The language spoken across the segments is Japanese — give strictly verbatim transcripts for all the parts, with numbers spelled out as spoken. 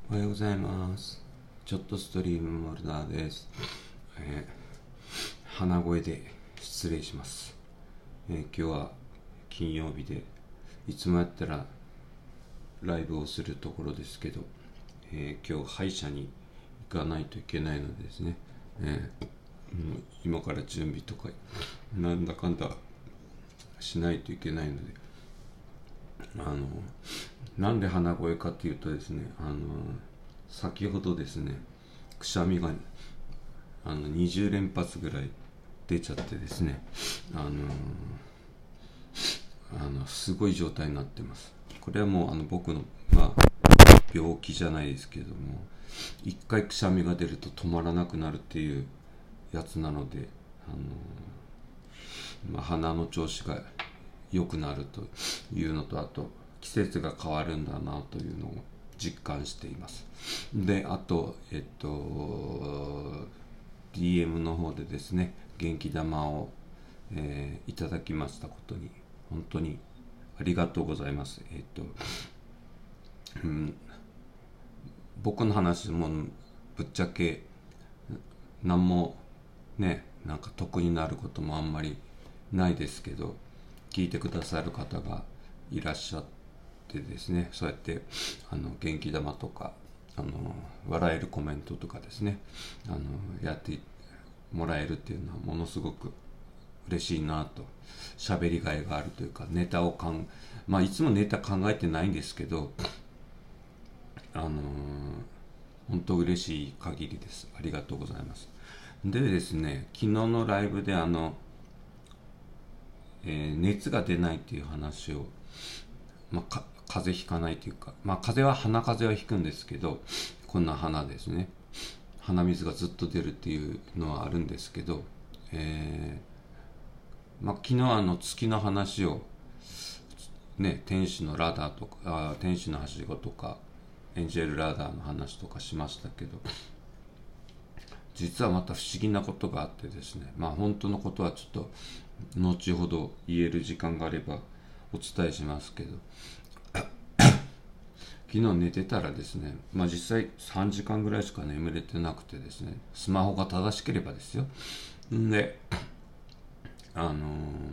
おはようございます。ちょっとストリームモルダーです。えー、鼻声で失礼します。えー、今日は金曜日で、いつもやったらライブをするところですけど、えー、今日歯医者に行かないといけないのでですね、えーうん、今から準備とかなんだかんだしないといけないので、あのなんで鼻声かというとですね、あの先ほどですね、くしゃみがあのにじゅう連発ぐらい出ちゃってですね、あのあのすごい状態になってます。これはもうあの僕の、まあ、病気じゃないですけども、一回くしゃみが出ると止まらなくなるっていうやつなので、あの、まあ、鼻の調子が良くなるというのと、あと季節が変わるんだなというのを実感しています。で、あとえっと ディーエム の方でですね、元気玉を、えー、いただきましたことに本当にありがとうございます。えっと、うん、僕の話もぶっちゃけ何もね、なんか得になることもあんまりないですけど、聞いてくださる方がいらっしゃってですね、そうやってあの元気玉とかあの笑えるコメントとかですね、あのやってもらえるっていうのはものすごく嬉しいなと、喋りがいがあるというか、ネタをかんまあいつもネタ考えてないんですけど、あのー、本当嬉しい限りです。ありがとうございます。でですね、昨日のライブであの、えー、熱が出ないっていう話を、まあ、か風邪ひかないというか、まあ風邪は鼻風邪はひくんですけど、こんな鼻ですね、鼻水がずっと出るっていうのはあるんですけど、えーまあ、昨日あの月の話をね、天使のラダーとか、あ天使のはしごとかエンジェルラダーの話とかしましたけど、実はまた不思議なことがあってですね、まあ本当のことはちょっと後ほど言える時間があればお伝えしますけど、昨日寝てたらですね、まあ実際さんじかんぐらいしか眠れてなくてですね、スマホが正しければですよ。んで、あのー、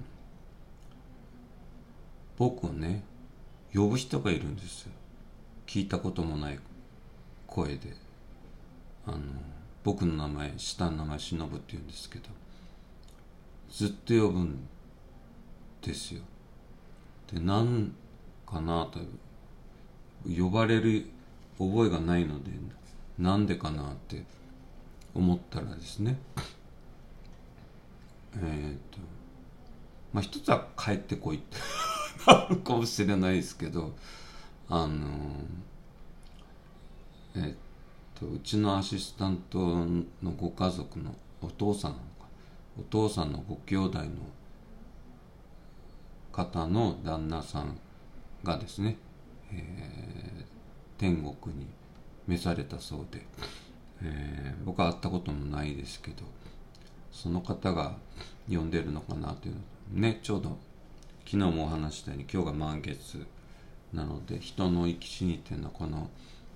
僕をね、呼ぶ人がいるんですよ。聞いたこともない声で。あのー、僕の名前、下の名前、しのぶって言うんですけど、ずっと呼ぶんですよ。で、なんかなと、呼ばれる覚えがないので、なんでかなって思ったらですね、えー、っとまあ一つは帰ってこいってなるかもしれないですけど、あのえー、っとうちのアシスタントのご家族のお父さんなのか、お父さんのご兄弟の方の旦那さんがですね、えー、天国に召されたそうで、えー、僕は会ったこともないですけど、その方が呼んでるのかなというのね、ちょうど昨日もお話したように今日が満月なので、人の生き死にっていうのはこの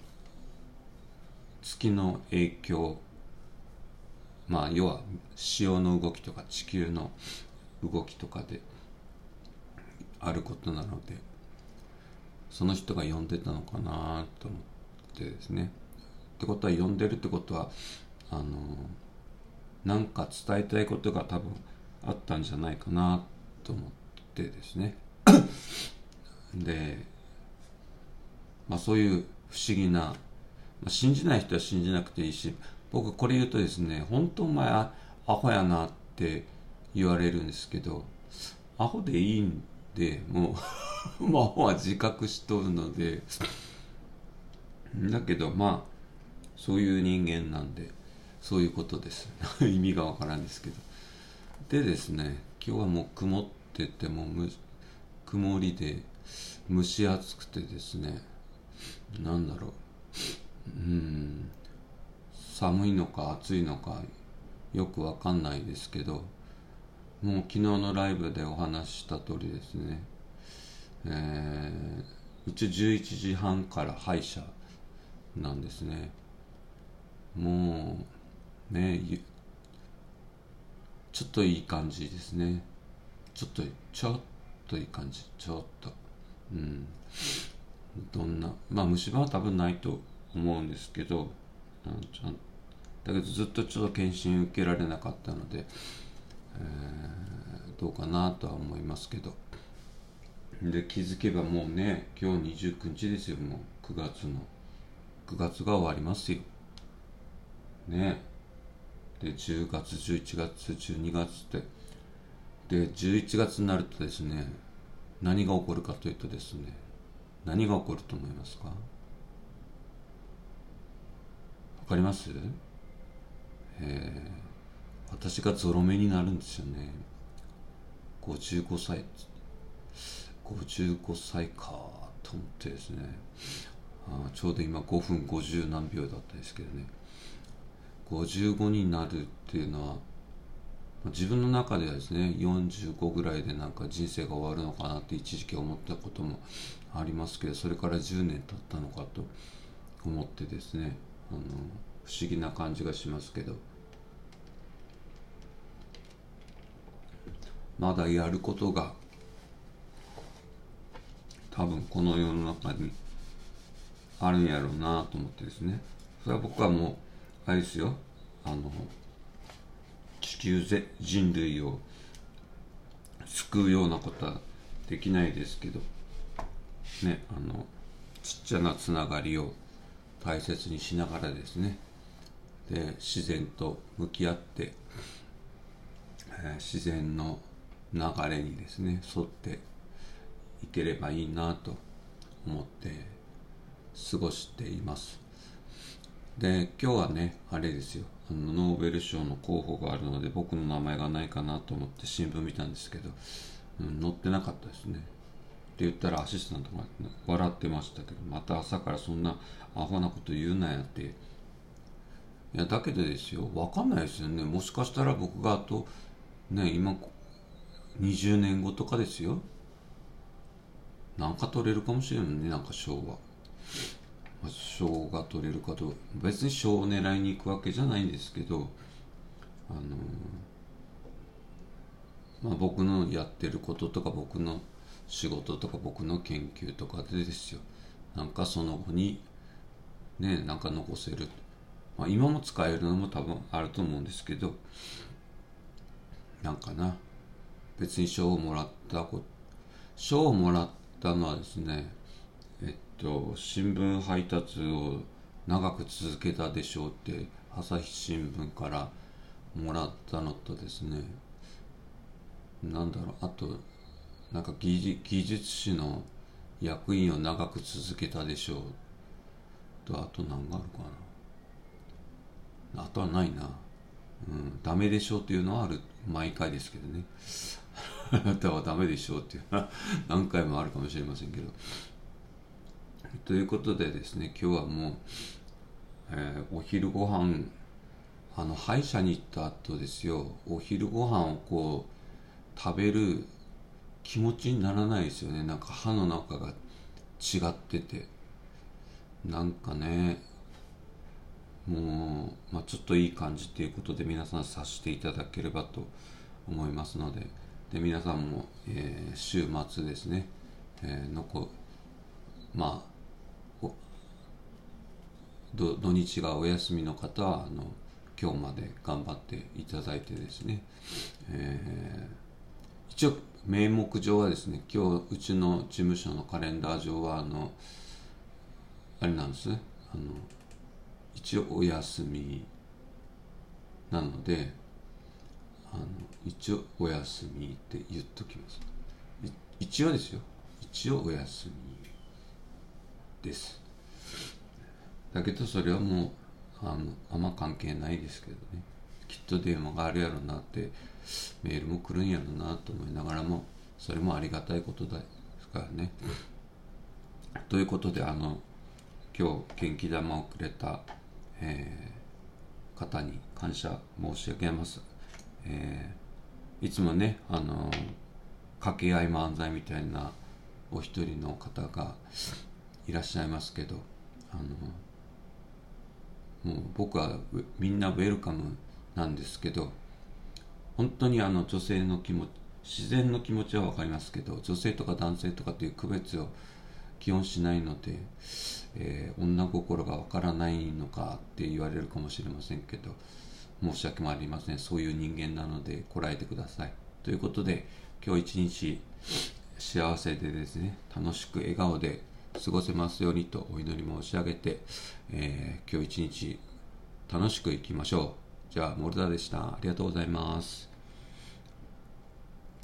月の影響、まあ要は潮の動きとか地球の動きとかであることなので、その人が呼んでたのかなと思ってですね。ってことは呼んでるってことは、あのなんか伝えたいことが多分あったんじゃないかなと思ってですねで、まあそういう不思議な、まあ、信じない人は信じなくていいし、僕これ言うとですね、本当お前アホやなって言われるんですけど、アホでいいんで、もうもうアホは自覚しとるので、だけどまあそういう人間なんで、そういうことです意味がわからんですけど。でですね、今日はもう曇ってて、もむ曇りで蒸し暑くてですね、なんだろう、うん寒いのか暑いのかよくわかんないですけど、もう昨日のライブでお話しした通りですね、えー、うちじゅういちじはんから歯医者なんですね。もうね、ちょっといい感じですね。ちょっとちょっといい感じ、ちょっと、うん、どんな、まあ虫歯は多分ないと思うんですけど、ちゃんだけどずっとちょっと検診受けられなかったので、えー、どうかなとは思いますけど。で、気づけばもうね、今日にじゅうくにちですよ。もうくがつのくがつが終わりますよね。で、じゅうがつ、じゅういちがつ、じゅうにがつって、でじゅういちがつになるとですね、何が起こるかというとですね、何が起こると思いますか？わかります？えー、私がゾロ目になるんですよね。ごじゅうごさい、ごじゅうごさいかと思ってですね、あちょうど今ごふんごじゅう何秒だったですけどね、ごじゅうごになるっていうのは、自分の中ではですね、よんじゅうごぐらいでなんか人生が終わるのかなって一時期思ったこともありますけど、それからじゅうねん経ったのかと思ってですね、あの不思議な感じがしますけど、まだやることが多分この世の中にあるんやろうなと思ってですね、それは僕はもうあれですよ、あの地球ぜ人類を救うようなことはできないですけどね、あのちっちゃなつながりを大切にしながらですね、で自然と向き合って、えー自然の流れにですね沿っていければいいなと思って過ごしています。で、今日はね、あれですよ、あのノーベル賞の候補があるので、僕の名前がないかなと思って新聞見たんですけど、うん、載ってなかったですね。って言ったらアシスタントが笑ってましたけど、また朝からそんなアホなこと言うなやって。いや、だけどですよ、わかんないですよね。もしかしたら僕があと、ね、今、にじゅうねんごとかですよ。なんか取れるかもしれないね、なんか賞は。賞が取れるかと、別に賞を狙いに行くわけじゃないんですけど、あのーまあ、僕のやってることとか僕の仕事とか僕の研究とかでですよ、なんかその後にね、なんか残せる、まあ、今も使えるのも多分あると思うんですけど、なんかな、別に賞をもらったこ賞をもらったのはですね、えっと新聞配達を長く続けたでしょうって朝日新聞からもらったのとですね、なんだろう、あとなんか技術技術士の役員を長く続けたでしょうと、あと何があるかな、あとはないな。うん、ダメでしょうっていうのはある、毎回ですけどね。あなたはダメでしょうっていうのは何回もあるかもしれませんけど。ということでですね、今日はもう、えーお昼ご飯、あの歯医者に行った後ですよ、お昼ご飯をこう食べる気持ちにならないですよね。なんか歯の中が違ってて、なんかね、もう、まあ、ちょっといい感じっていうことで皆さん察していただければと思いますので、で皆さんも、えー週末ですね、えーのこまあ土日がお休みの方はあの今日まで頑張っていただいてですね、えー一応名目上はですね、今日うちの事務所のカレンダー上はあのあれなんですね、あの一応お休みなので、あの一応お休みって言っときます。一応ですよ、一応お休みです。だけどそれはもうあのあんま関係ないですけどね、きっと電話があるやろなって、メールも来るんやろなと思いながらも、それもありがたいことですからね。ということで、あの今日元気玉をくれた、えー方に感謝申し上げます。えーいつもね、あの掛け合い漫才みたいなお一人の方がいらっしゃいますけど、あのもう僕はみんなウェルカムなんですけど、本当にあの女性の気持ち、自然の気持ちは分かりますけど、女性とか男性とかという区別を基本しないので、えー、女心が分からないのかって言われるかもしれませんけど、申し訳もありません。そういう人間なのでこらえてください。ということで、今日一日幸せでですね、楽しく笑顔で過ごせますようにとお祈り申し上げて、えー、今日一日楽しくいきましょう。じゃあ、モルダでした。ありがとうございます。